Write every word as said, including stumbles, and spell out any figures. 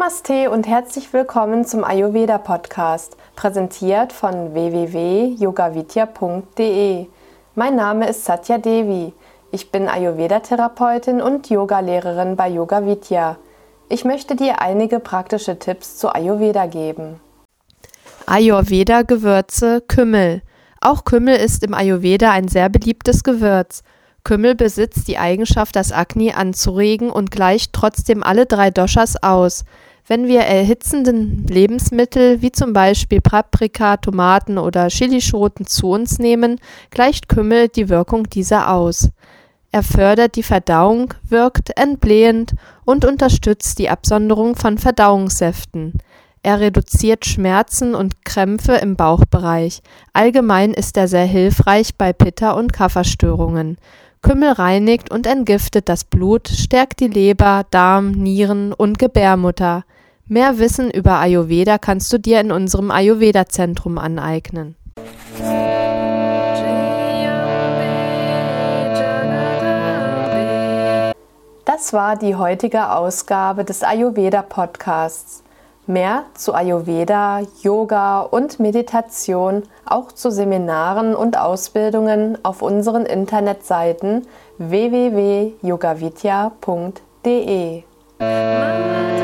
Namaste und herzlich willkommen zum Ayurveda Podcast, präsentiert von w w w punkt yoga vidya punkt d e. Mein Name ist Satya Devi. Ich bin Ayurveda-Therapeutin und Yogalehrerin bei Yoga Vidya. Ich möchte dir einige praktische Tipps zu Ayurveda geben. Ayurveda-Gewürze Kümmel. Auch Kümmel ist im Ayurveda ein sehr beliebtes Gewürz. Kümmel besitzt die Eigenschaft, das Agni anzuregen und gleicht trotzdem alle drei Doshas aus. Wenn wir erhitzende Lebensmittel wie zum Beispiel Paprika, Tomaten oder Chilischoten zu uns nehmen, gleicht Kümmel die Wirkung dieser aus. Er fördert die Verdauung, wirkt entblähend und unterstützt die Absonderung von Verdauungssäften. Er reduziert Schmerzen und Krämpfe im Bauchbereich. Allgemein ist er sehr hilfreich bei Pitta- und Kapha-Störungen. Kümmel reinigt und entgiftet das Blut, stärkt die Leber, Darm, Nieren und Gebärmutter. Mehr Wissen über Ayurveda kannst du dir in unserem Ayurveda-Zentrum aneignen. Das war die heutige Ausgabe des Ayurveda-Podcasts. Mehr zu Ayurveda, Yoga und Meditation, auch zu Seminaren und Ausbildungen auf unseren Internetseiten w w w punkt yoga vidya punkt d e.